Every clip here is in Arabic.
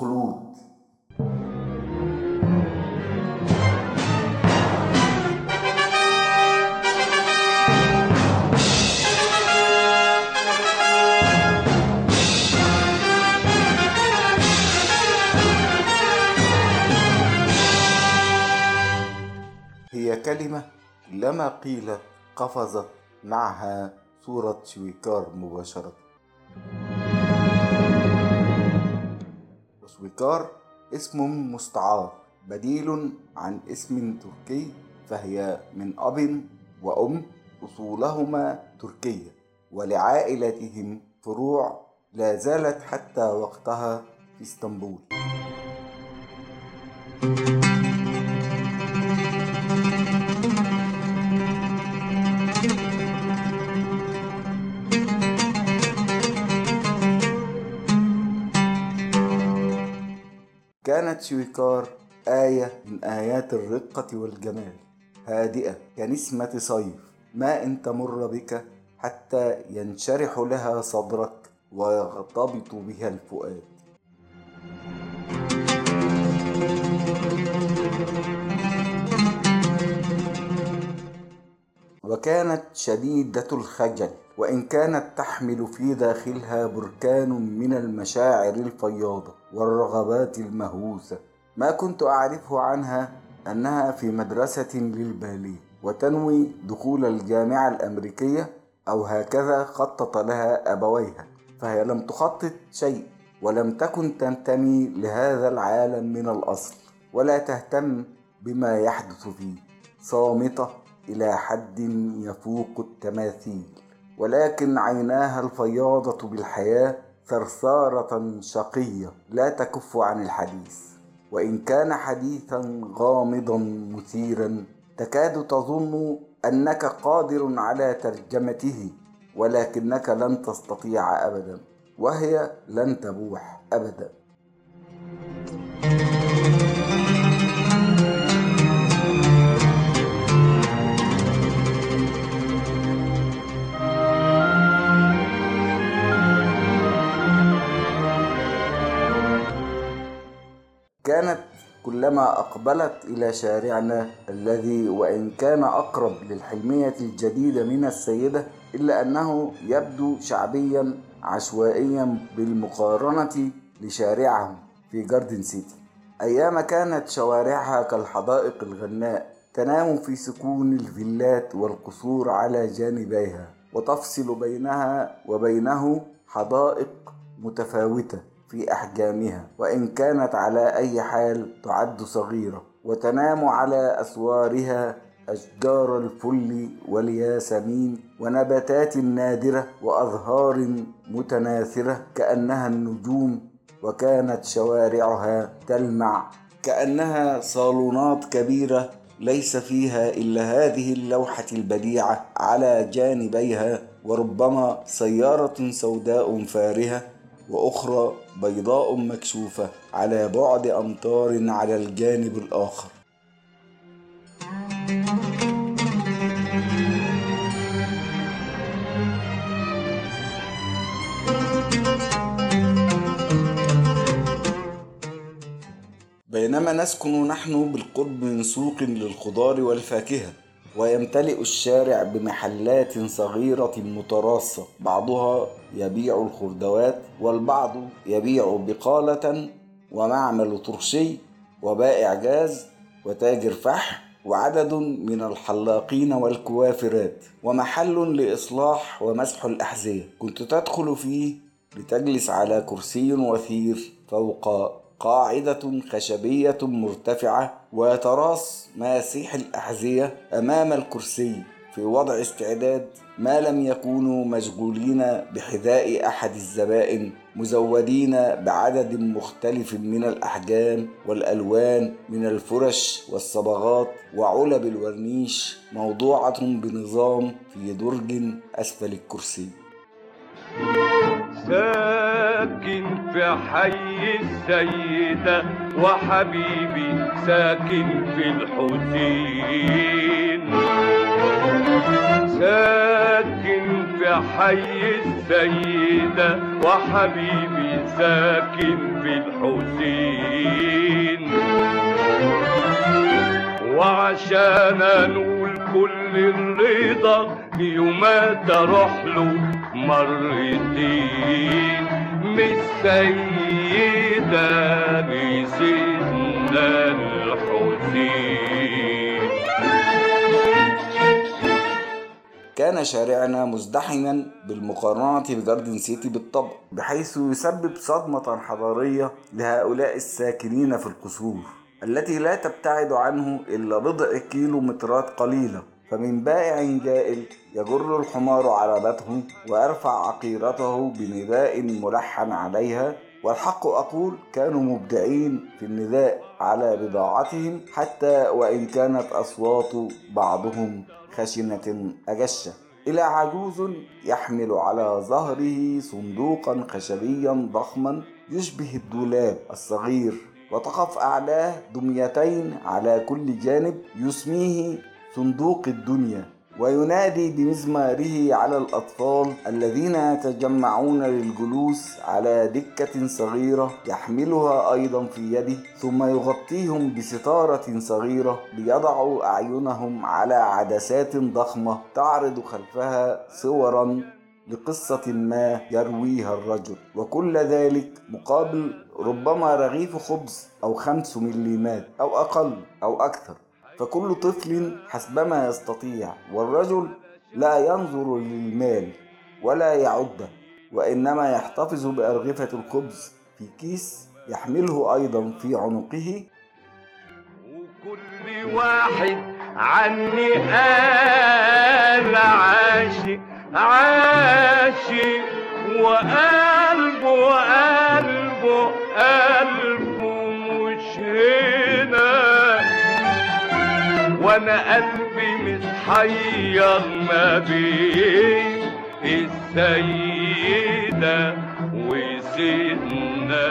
الخلود. هي كلمة لما قيلت قفزت معها صورة شويكار مباشرة. وشويكار اسم مستعار بديل عن اسم تركي، فهي من أب وأم أصولهما تركية، ولعائلتهم فروع لا زالت حتى وقتها في اسطنبول. كانت شويكار آية من آيات الرقة والجمال، هادئة كنسمة صيف، ما إن تمر بك حتى ينشرح لها صدرك ويغتبط بها الفؤاد. وكانت شديدة الخجل، وإن كانت تحمل في داخلها بركان من المشاعر الفياضة والرغبات المهووسة. ما كنت أعرفه عنها أنها في مدرسة للباليه وتنوي دخول الجامعة الأمريكية، أو هكذا خطط لها أبويها، فهي لم تخطط شيء ولم تكن تنتمي لهذا العالم من الأصل، ولا تهتم بما يحدث فيه، صامتة إلى حد يفوق التماثيل، ولكن عيناها الفياضة بالحياة ثرثارة شقية لا تكف عن الحديث، وإن كان حديثا غامضا مثيرا تكاد تظن أنك قادر على ترجمته، ولكنك لن تستطيع أبدا، وهي لن تبوح أبدا. كانت كلما أقبلت إلى شارعنا الذي وإن كان أقرب للحلمية الجديدة من السيدة، إلا أنه يبدو شعبيا عشوائيا بالمقارنة لشارعهم في جاردن سيتي، أيام كانت شوارعها كالحدائق الغناء تنام في سكون الفيلات والقصور على جانبيها، وتفصل بينها وبينه حدائق متفاوتة في أحجامها، وإن كانت على أي حال تعد صغيرة، وتنام على أسوارها أشجار الفل والياسمين ونباتات نادرة وأزهار متناثرة كأنها النجوم، وكانت شوارعها تلمع كأنها صالونات كبيرة ليس فيها إلا هذه اللوحة البديعة على جانبيها، وربما سيارة سوداء فارهة وأخرى بيضاء مكشوفة على بعد أمتار على الجانب الآخر. بينما نسكن نحن بالقرب من سوق للخضار والفاكهة، ويمتلئ الشارع بمحلات صغيرة متراصة، بعضها يبيع الخردوات والبعض يبيع بقالة ومعمل طرشي وبائع جاز وتاجر فحم وعدد من الحلاقين والكوافرات ومحل لإصلاح ومسح الأحذية. كنت تدخل فيه لتجلس على كرسي وثير فوق قاعدة خشبية مرتفعة، ويتراص ماسيح الأحذية أمام الكرسي في وضع استعداد ما لم يكونوا مشغولين بحذاء أحد الزبائن، مزودين بعدد مختلف من الأحجام والألوان من الفرش والصبغات وعلب الورنيش، موضوعة بنظام في درج أسفل الكرسي. ساكن في حي السيدة وحبيبي ساكن في الحسين، ساكن في في حي السيدة وحبيبي ساكن في الحسين. وعشان انول كل الرضا يومات اروح له مرتين، من السيدة لسيدنا الحسين. كان شارعنا مزدحما بالمقارنة بجاردن سيتي بالطبع، بحيث يسبب صدمة حضارية لهؤلاء الساكنين في القصور التي لا تبتعد عنه إلا بضع كيلومترات قليلة. فمن بائع جائل يجر الحمار علبته ويرفع عقيرته بنداء ملحن عليها. والحق أقول كانوا مبدعين في النداء على بضاعتهم، حتى وإن كانت أصوات بعضهم خشنة أجشة. إلى عجوز يحمل على ظهره صندوقا خشبيا ضخما يشبه الدولاب الصغير، وتقف أعلاه دميتين على كل جانب، يسميه صندوق الدنيا، وينادي بمزماره على الأطفال الذين يتجمعون للجلوس على دكة صغيرة يحملها أيضا في يده، ثم يغطيهم بستارة صغيرة ليضعوا أعينهم على عدسات ضخمة تعرض خلفها صورا لقصة ما يرويها الرجل، وكل ذلك مقابل ربما رغيف خبز أو 5 مليمات أو أقل أو أكثر. فكل طفل حسبما يستطيع، والرجل لا ينظر للمال ولا يعده، وإنما يحتفظ بأرغفة الخبز في كيس يحمله أيضا في عنقه. وكل واحد عني قال عاشق عاشق، وقلبه مش هنا، وانا قلبي متحير ما بين السيدة وسيدنا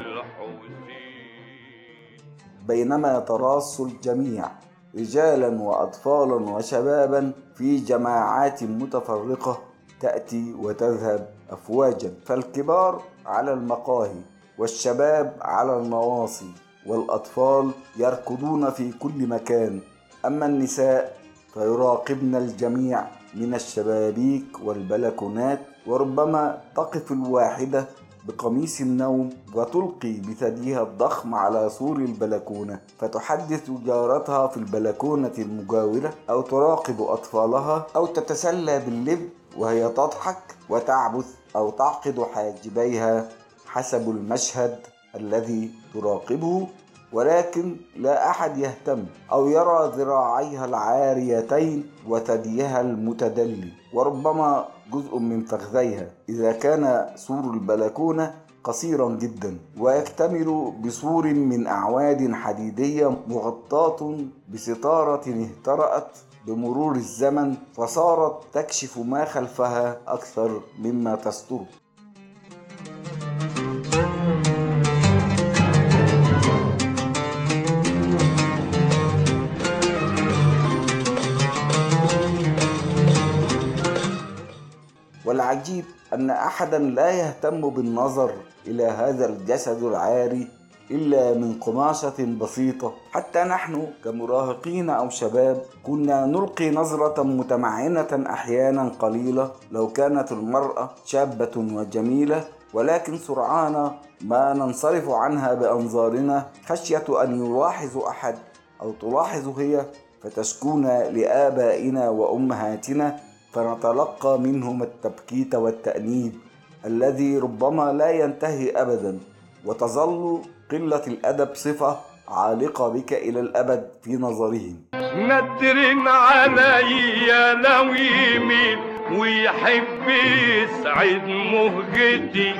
الحسين. بينما يتراص الجميع رجالا وأطفالا وشبابا في جماعات متفرقة تأتي وتذهب أفواجا، فالكبار على المقاهي والشباب على النواصي والأطفال يركضون في كل مكان، أما النساء فيراقبن الجميع من الشبابيك والبلكونات، وربما تقف الواحدة بقميص النوم وتلقي بثديها الضخم على سور البلكونة فتحدث جارتها في البلكونة المجاورة، أو تراقب أطفالها، أو تتسلى باللب وهي تضحك وتعبث، أو تعقد حاجبيها حسب المشهد الذي تراقبه. ولكن لا أحد يهتم أو يرى ذراعيها العاريتين وثديها المتدلي، وربما جزء من فخذيها إذا كان سور البلكونة قصيرا جدا، ويكتمل بسور من أعواد حديدية مغطاة بستارة اهترأت بمرور الزمن فصارت تكشف ما خلفها أكثر مما تستره. والعجيب أن أحدا لا يهتم بالنظر إلى هذا الجسد العاري إلا من قماشة بسيطة. حتى نحن كمراهقين أو شباب كنا نلقي نظرة متمعنة أحيانا قليلة لو كانت المرأة شابة وجميلة، ولكن سرعان ما ننصرف عنها بأنظارنا خشية أن يلاحظ أحد أو تلاحظ هي فتشكون لآبائنا وأمهاتنا، فنتلقى منهم التبكيت والتأنيب الذي ربما لا ينتهي أبدا، وتظل قلة الأدب صفة عالقة بك إلى الأبد في نظرهم. ندر عليا لو يميل ويحب يسعد مهجتي،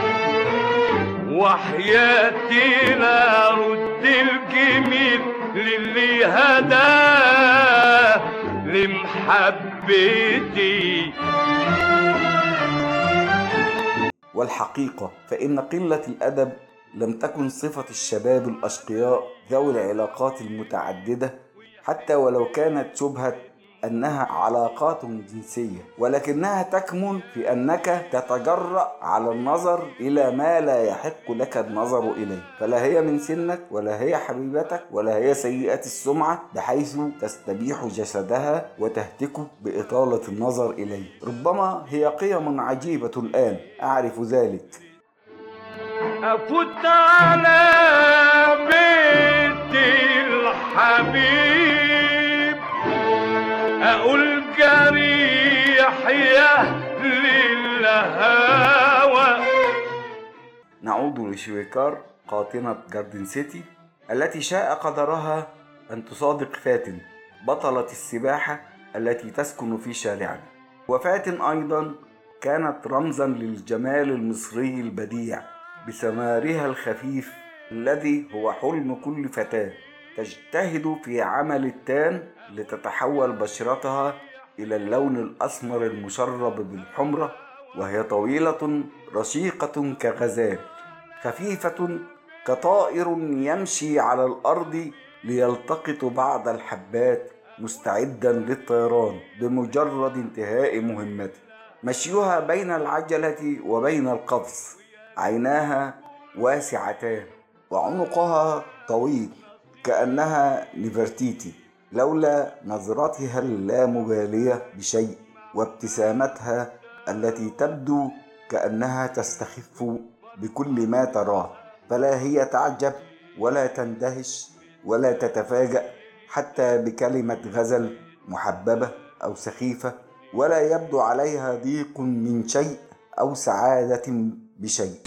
وحياتي لا رد الجميل للي هداه لمحبتي. والحقيقة فإن قلة الأدب لم تكن صفة الشباب الأشقياء ذوي العلاقات المتعددة، حتى ولو كانت شبهة أنها علاقات جنسية، ولكنها تكمن في أنك تتجرأ على النظر إلى ما لا يحق لك النظر إليه، فلا هي من سنك ولا هي حبيبتك ولا هي سيئة السمعة بحيث تستبيح جسدها وتهتك بإطالة النظر إليه. ربما هي قيم عجيبة الآن أعرف ذلك. أفوت على بيت الحبيب أقول جريح يا للهوى. نعود لشويكار قاطنة جاردن سيتي التي شاء قدرها أن تصادق فاتن بطلة السباحة التي تسكن في شارعنا. وفاتن أيضا كانت رمزا للجمال المصري البديع بسمارها الخفيف الذي هو حلم كل فتاة تجتهد في عمل التان لتتحول بشرتها إلى اللون الأسمر المشرب بالحمرة، وهي طويلة رشيقة كغزال، خفيفة كطائر يمشي على الأرض ليلتقط بعض الحبات مستعدا للطيران بمجرد انتهاء مهمته. مشيها بين العجلة وبين القفز، عيناها واسعتان وعنقها طويل كأنها نفرتيتي لولا نظرتها اللامبالية بشيء وابتسامتها التي تبدو كأنها تستخف بكل ما تراه. فلا هي تعجب ولا تندهش ولا تتفاجأ حتى بكلمة غزل محببة أو سخيفة، ولا يبدو عليها ضيق من شيء أو سعادة بشيء.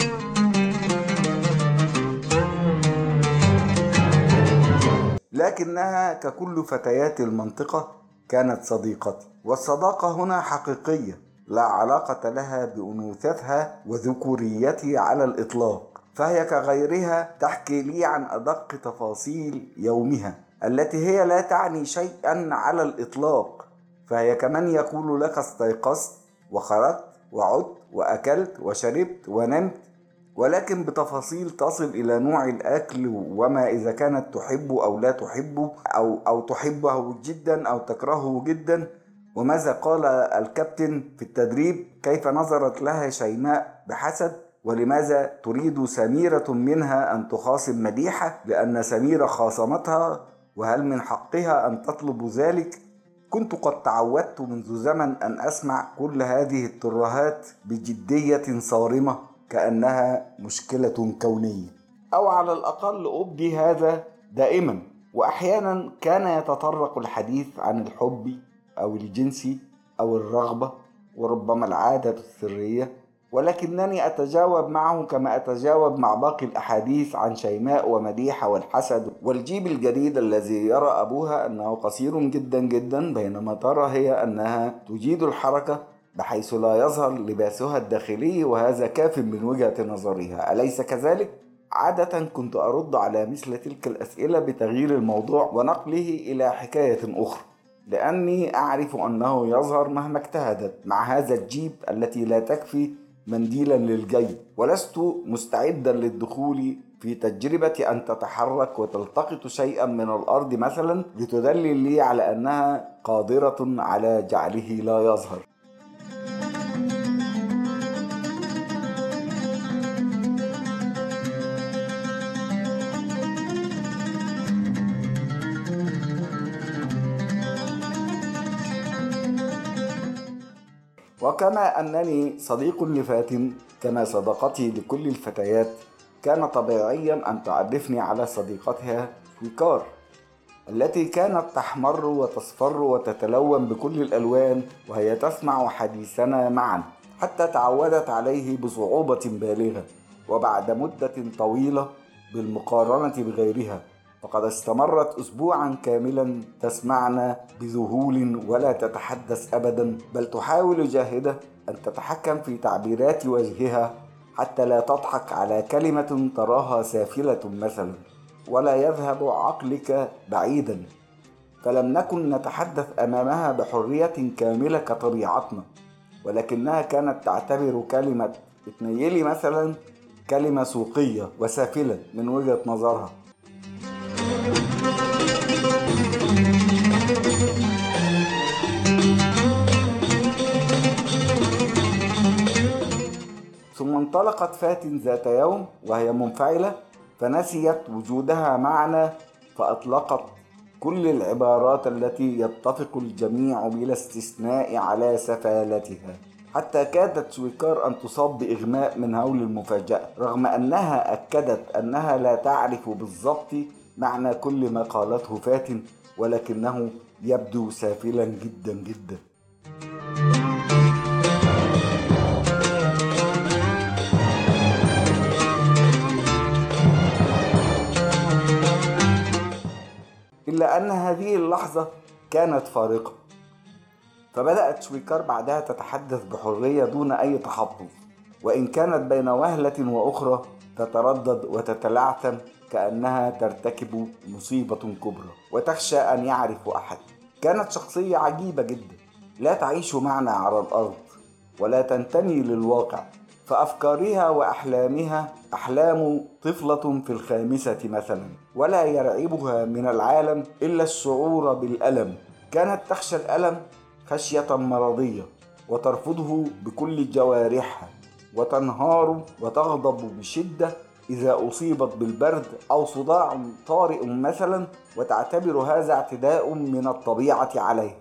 لكنها ككل فتيات المنطقة كانت صديقتي، والصداقة هنا حقيقية لا علاقة لها بأنوثتها وذكوريتي على الإطلاق، فهي كغيرها تحكي لي عن أدق تفاصيل يومها التي هي لا تعني شيئا على الإطلاق، فهي كمن يقول لك استيقظت وخرجت وعدت وأكلت وشربت ونمت، ولكن بتفاصيل تصل إلى نوع الأكل وما إذا كانت تحبه أو لا تحبه أو تحبه جدا أو تكرهه جدا، وماذا قال الكابتن في التدريب، كيف نظرت لها شيماء بحسد، ولماذا تريد سميرة منها أن تخاصم مديحة لأن سميرة خاصمتها، وهل من حقها أن تطلب ذلك. كنت قد تعودت منذ زمن أن أسمع كل هذه الترهات بجدية صارمة كأنها مشكلة كونية، أو على الأقل أبدي هذا دائما. وأحيانا كان يتطرق الحديث عن الحب أو الجنس أو الرغبة وربما العادة السرية، ولكنني أتجاوب معه كما أتجاوب مع باقي الأحاديث عن شيماء ومديحة والحسد والجيب الجديد الذي يرى أبوها أنه قصير جدا جدا، بينما ترى هي أنها تجيد الحركة بحيث لا يظهر لباسها الداخلي، وهذا كاف من وجهة نظرها، أليس كذلك؟ عادة كنت أرد على مثل تلك الأسئلة بتغيير الموضوع ونقله إلى حكاية أخرى، لأني أعرف أنه يظهر مهما اجتهدت مع هذا الجيب التي لا تكفي منديلا للجيب، ولست مستعدا للدخول في تجربة أن تتحرك وتلتقط شيئا من الأرض مثلا لتدلل لي على أنها قادرة على جعله لا يظهر. وكما أنني صديق لفاتن كما صداقتي لكل الفتيات، كان طبيعيا أن تعرفني على صديقتها شويكار التي كانت تحمر وتصفر وتتلون بكل الألوان وهي تسمع حديثنا معا، حتى تعودت عليه بصعوبة بالغة وبعد مدة طويلة بالمقارنة بغيرها، فقد استمرت أسبوعا كاملا تسمعنا بذهول ولا تتحدث أبدا، بل تحاول جاهدة أن تتحكم في تعبيرات وجهها حتى لا تضحك على كلمة تراها سافلة مثلا، ولا يذهب عقلك بعيدا. فلم نكن نتحدث أمامها بحرية كاملة كطبيعتنا، ولكنها كانت تعتبر كلمة اتنيلي مثلا كلمة سوقية وسافلة من وجهة نظرها. انطلقت فاتن ذات يوم وهي منفعلة فنسيت وجودها معنا، فأطلقت كل العبارات التي يتفق الجميع بلا استثناء على سفالتها، حتى كادت شويكار أن تصاب بإغماء من هول المفاجأة، رغم أنها أكدت أنها لا تعرف بالضبط معنى كل ما قالته فاتن، ولكنه يبدو سافلا جدا جدا. إلا أن هذه اللحظة كانت فارقة، فبدأت شويكار بعدها تتحدث بحرية دون أي تحفظ، وإن كانت بين وهلة وأخرى تتردد وتتلعثم كأنها ترتكب مصيبة كبرى وتخشى أن يعرف أحد. كانت شخصية عجيبة جدا، لا تعيش معنا على الأرض ولا تنتمي للواقع، فأفكارها وأحلامها أحلام طفلة في الخامسة مثلا، ولا يرعبها من العالم إلا الشعور بالألم. كانت تخشى الألم خشية مرضية وترفضه بكل جوارحها، وتنهار وتغضب بشدة إذا أصيبت بالبرد أو صداع طارئ مثلا، وتعتبر هذا اعتداء من الطبيعة عليها.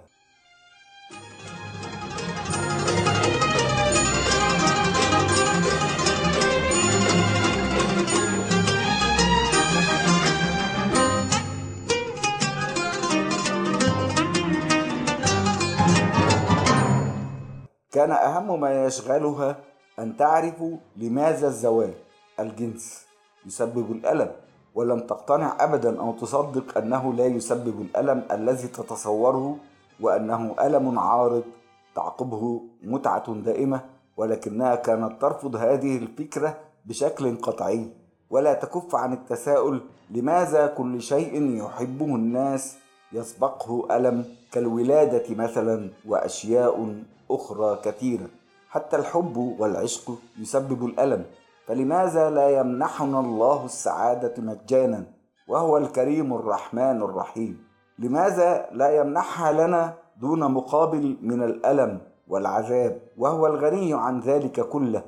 كان أهم ما يشغلها أن تعرف لماذا الزواج الجنس يسبب الألم، ولم تقتنع أبدا أو تصدق أنه لا يسبب الألم الذي تتصوره، وأنه ألم عارض تعقبه متعة دائمة، ولكنها كانت ترفض هذه الفكرة بشكل قطعي، ولا تكف عن التساؤل لماذا كل شيء يحبه الناس يسبقه ألم، كالولادة مثلا وأشياء أخرى كثيرة. حتى الحب والعشق يسبب الألم، فلماذا لا يمنحنا الله السعادة مجانا وهو الكريم الرحمن الرحيم؟ لماذا لا يمنحها لنا دون مقابل من الألم والعذاب وهو الغني عن ذلك كله؟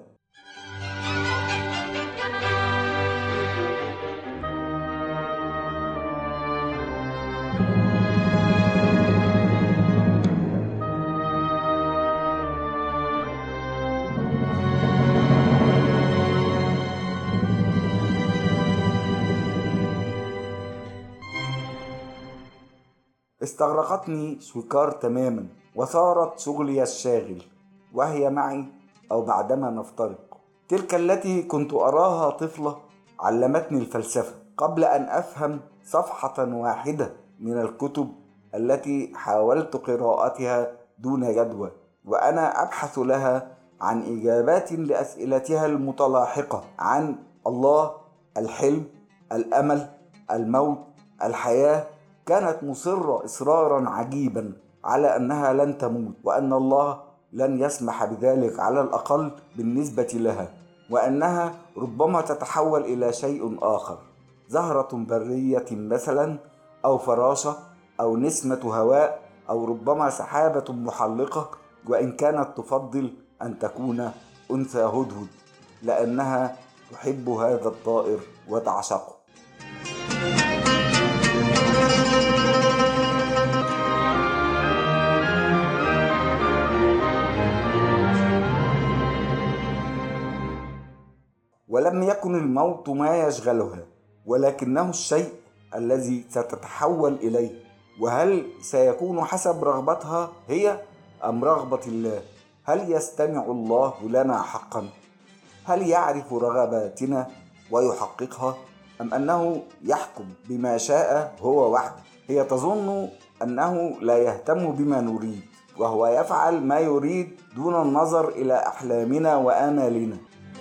استغرقتني شويكار تماما وصارت شغلي الشاغل، وهي معي أو بعدما نفترق. تلك التي كنت أراها طفلة علمتني الفلسفة قبل أن أفهم صفحة واحدة من الكتب التي حاولت قراءتها دون جدوى، وأنا أبحث لها عن إجابات لأسئلتها المتلاحقة عن الله، الحلم، الأمل، الموت، الحياة. كانت مصرة إصرارا عجيبا على أنها لن تموت، وأن الله لن يسمح بذلك على الأقل بالنسبة لها، وأنها ربما تتحول إلى شيء آخر، زهرة برية مثلا، أو فراشة، أو نسمة هواء، أو ربما سحابة محلقة، وإن كانت تفضل أن تكون أنثى هدهد لأنها تحب هذا الطائر وتعشقه. ولم يكن الموت ما يشغلها، ولكنه الشيء الذي ستتحول إليه، وهل سيكون حسب رغبتها هي أم رغبة الله؟ هل يستمع الله لنا حقا؟ هل يعرف رغباتنا ويحققها، أم أنه يحكم بما شاء هو وحده؟ هي تظن أنه لا يهتم بما نريد، وهو يفعل ما يريد دون النظر إلى أحلامنا وآمالنا.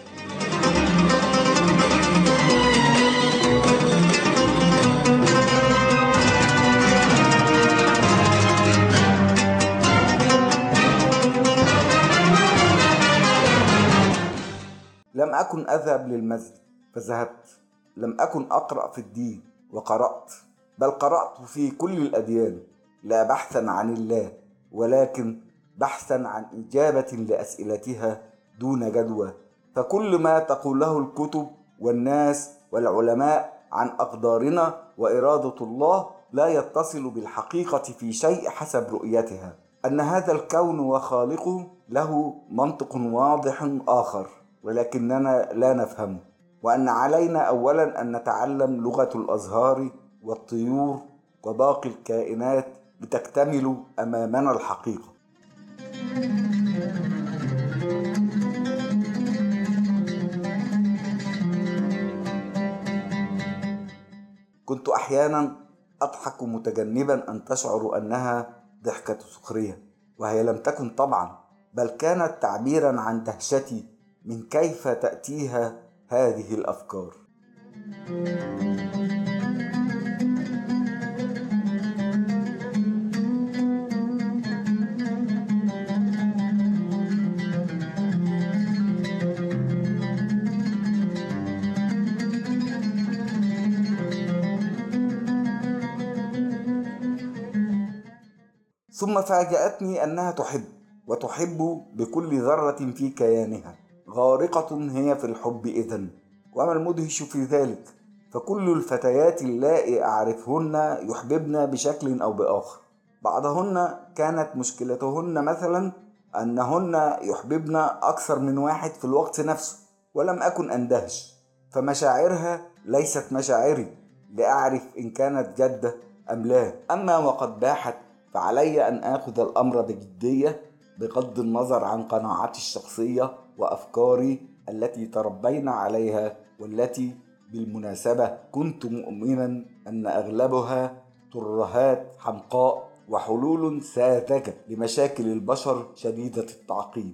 لم أكن أذهب للمسجد فذهبت، لم أكن أقرأ في الدين وقرأت، بل قرأت في كل الأديان، لا بحثا عن الله ولكن بحثا عن إجابة لأسئلتها دون جدوى، فكل ما تقوله الكتب والناس والعلماء عن أقدارنا وإرادة الله لا يتصل بالحقيقة في شيء حسب رؤيتها، أن هذا الكون وخالقه له منطق واضح آخر ولكننا لا نفهمه، وأن علينا أولا أن نتعلم لغة الأزهار والطيور وباقي الكائنات لتكتمل أمامنا الحقيقة. كنت أحيانا أضحك متجنبا أن تشعر أنها ضحكة سخرية، وهي لم تكن طبعا، بل كانت تعبيرا عن دهشتي من كيف تأتيها هذه الأفكار. ثم فاجأتني أنها تحب، وتحب بكل ذرة في كيانها، غارقة هي في الحب إذن. وما المدهش في ذلك؟ فكل الفتيات اللائي أعرفهن يحببن بشكل أو بآخر. بعضهن كانت مشكلتهن مثلا أنهن يحببن أكثر من واحد في الوقت نفسه، ولم أكن أندهش، فمشاعرها ليست مشاعري لأعرف إن كانت جادة أم لا. أما وقد باحت فعلي أن آخذ الأمر بجدية بغض النظر عن قناعاتي الشخصية وأفكاري التي تربينا عليها، والتي بالمناسبة كنت مؤمنا أن أغلبها ترهات حمقاء وحلول ساذجة لمشاكل البشر شديدة التعقيد.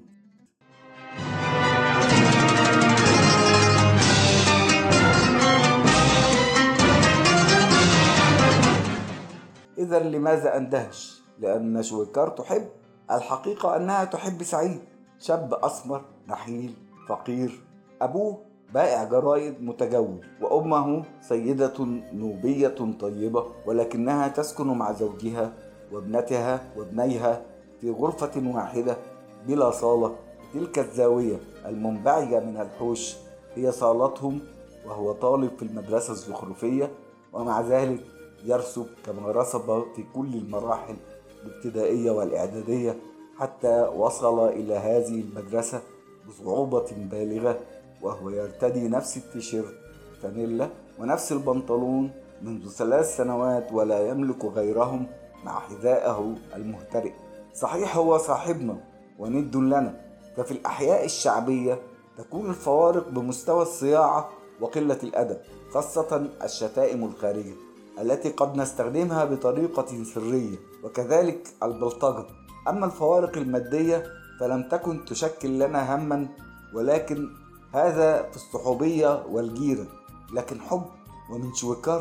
إذا لماذا أندهش؟ لأن شويكار تحب. الحقيقة أنها تحب سعيد، شاب أسمر نحيل فقير، أبوه بائع جرايد متجول، وأمه سيدة نوبية طيبة، ولكنها تسكن مع زوجها وابنتها وابنيها في غرفة واحدة بلا صالة. تلك الزاوية المنبعجة من الحوش هي صالتهم، وهو طالب في المدرسة الزخرفية، ومع ذلك يرسب كما رسب في كل المراحل الابتدائية والإعدادية حتى وصل إلى هذه المدرسة بصعوبة بالغة، وهو يرتدي نفس التيشيرت فانيلا ونفس البنطلون منذ 3 سنوات ولا يملك غيرهم مع حذائه المهترئ. صحيح هو صاحبنا وند لنا، ففي الأحياء الشعبية تكون الفوارق بمستوى الصياعة وقلة الأدب، خاصة الشتائم الخارجة التي قد نستخدمها بطريقة سرية، وكذلك البلطجة. أما الفوارق المادية فلم تكن تشكل لنا هما، ولكن هذا في الصحوبية والجيرة، لكن حب ومن شويكار.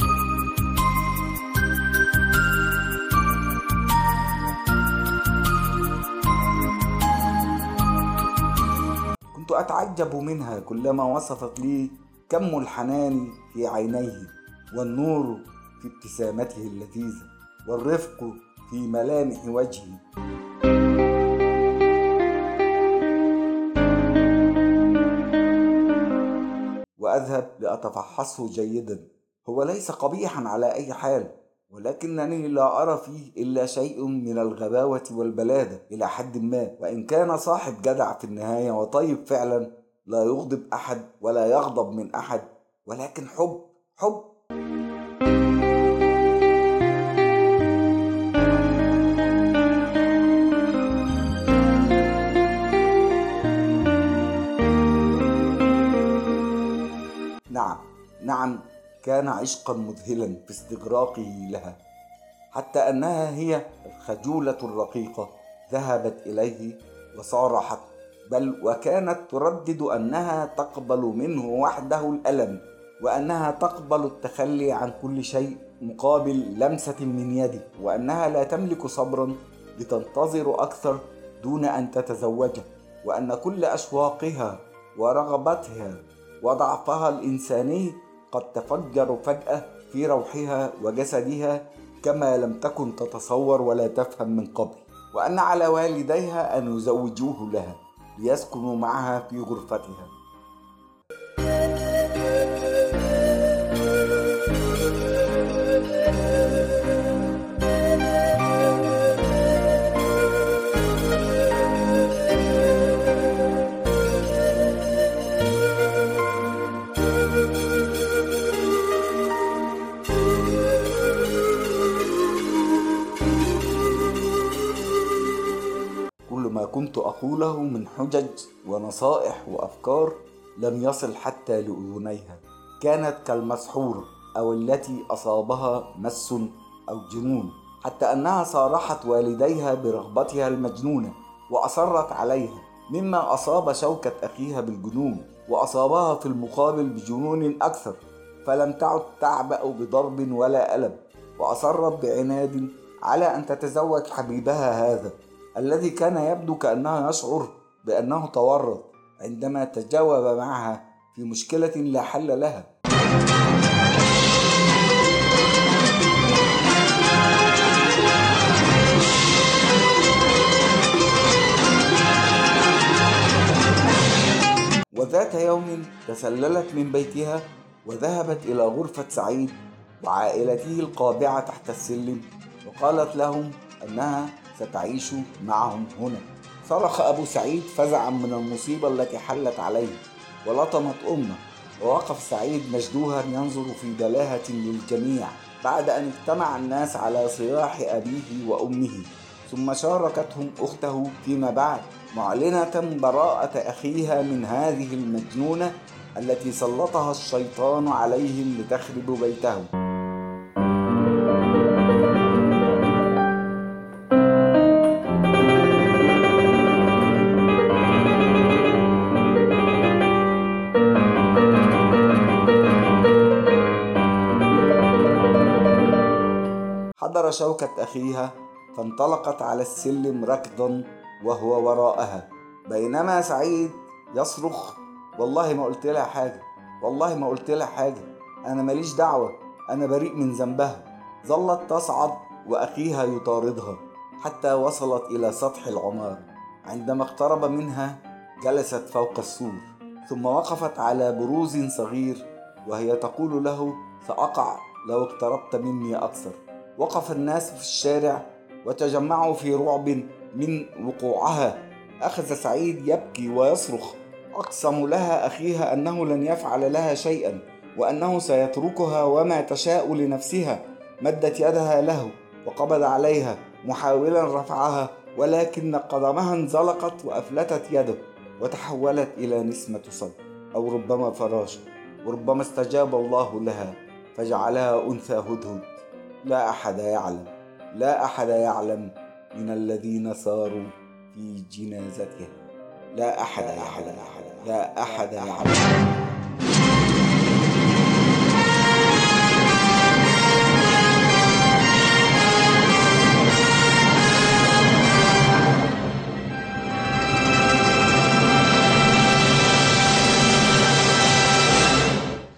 كنت أتعجب منها كلما وصفت لي كم الحنان في عينيه، والنور في ابتسامته اللذيذة، والرفق في ملامح وجهه. وأذهب لأتفحصه جيدا. هو ليس قبيحا على أي حال، ولكنني لا أرى فيه إلا شيء من الغباوة والبلادة إلى حد ما، وإن كان صاحب جدع في النهاية وطيب فعلا، لا يغضب أحد ولا يغضب من أحد، ولكن حب. نعم، كان عشقا مذهلا في استغراقه لها، حتى أنها هي الخجولة الرقيقة ذهبت إليه وصارحت، بل وكانت تردد أنها تقبل منه وحده الألم، وأنها تقبل التخلي عن كل شيء مقابل لمسة من يده، وأنها لا تملك صبرا لتنتظر أكثر دون أن تتزوجه، وأن كل أشواقها ورغبتها وضعفها الإنساني قد تفجر فجأة في روحها وجسدها كما لم تكن تتصور ولا تفهم من قبل، وأن على والديها أن يزوجوه لها، ليسكنوا معها في غرفتها. كل ما كنت أقوله من حجج ونصائح وأفكار لم يصل حتى لأذنيها. كانت كالمسحورة أو التي أصابها مس أو جنون، حتى أنها صارحت والديها برغبتها المجنونة وأصرت عليها، مما أصاب شوكة أخيها بالجنون، وأصابها في المقابل بجنون أكثر، فلم تعد تعبأ بضرب ولا ألم، وأصرت بعناد على أن تتزوج حبيبها هذا الذي كان يبدو كأنه يشعر بأنه تورط عندما تجاوب معها في مشكلة لا حل لها. وذات يوم تسللت من بيتها وذهبت إلى غرفة سعيد وعائلته القابعة تحت السلم، وقالت لهم أنها ستعيش معهم هنا. صرخ أبو سعيد فزعا من المصيبة التي حلت عليه ولطمت أمه، ووقف سعيد مشدوها ينظر في بلاهة للجميع بعد أن اجتمع الناس على صياح أبيه وأمه. ثم شاركتهم أخته فيما بعد معلنة براءة أخيها من هذه المجنونة التي سلطها الشيطان عليهم لتخرب بيتهم. حضر شوكة أخيها فانطلقت على السلم ركضا وهو وراءها، بينما سعيد يصرخ: والله ما قلت لها حاجة، والله ما قلت لها حاجة، أنا ماليش دعوة، أنا بريء من ذنبها. ظلت تصعد وأخيها يطاردها حتى وصلت إلى سطح العمارة. عندما اقترب منها جلست فوق السور، ثم وقفت على بروز صغير وهي تقول له: سأقع لو اقتربت مني أكثر. وقف الناس في الشارع وتجمعوا في رعب من وقوعها. أخذ سعيد يبكي ويصرخ: أقسم لها أخيها أنه لن يفعل لها شيئا، وأنه سيتركها وما تشاء لنفسها. مدت يدها له وقبض عليها محاولا رفعها، ولكن قدمها انزلقت وأفلتت يده وتحولت إلى نسمة صيد أو ربما فراشة، وربما استجاب الله لها فجعلها أنثى هدهد. لا أحد يعلم، لا أحد يعلم من الذين ساروا في جنازتها. لا أحد يعلم، لا أحد يعلم.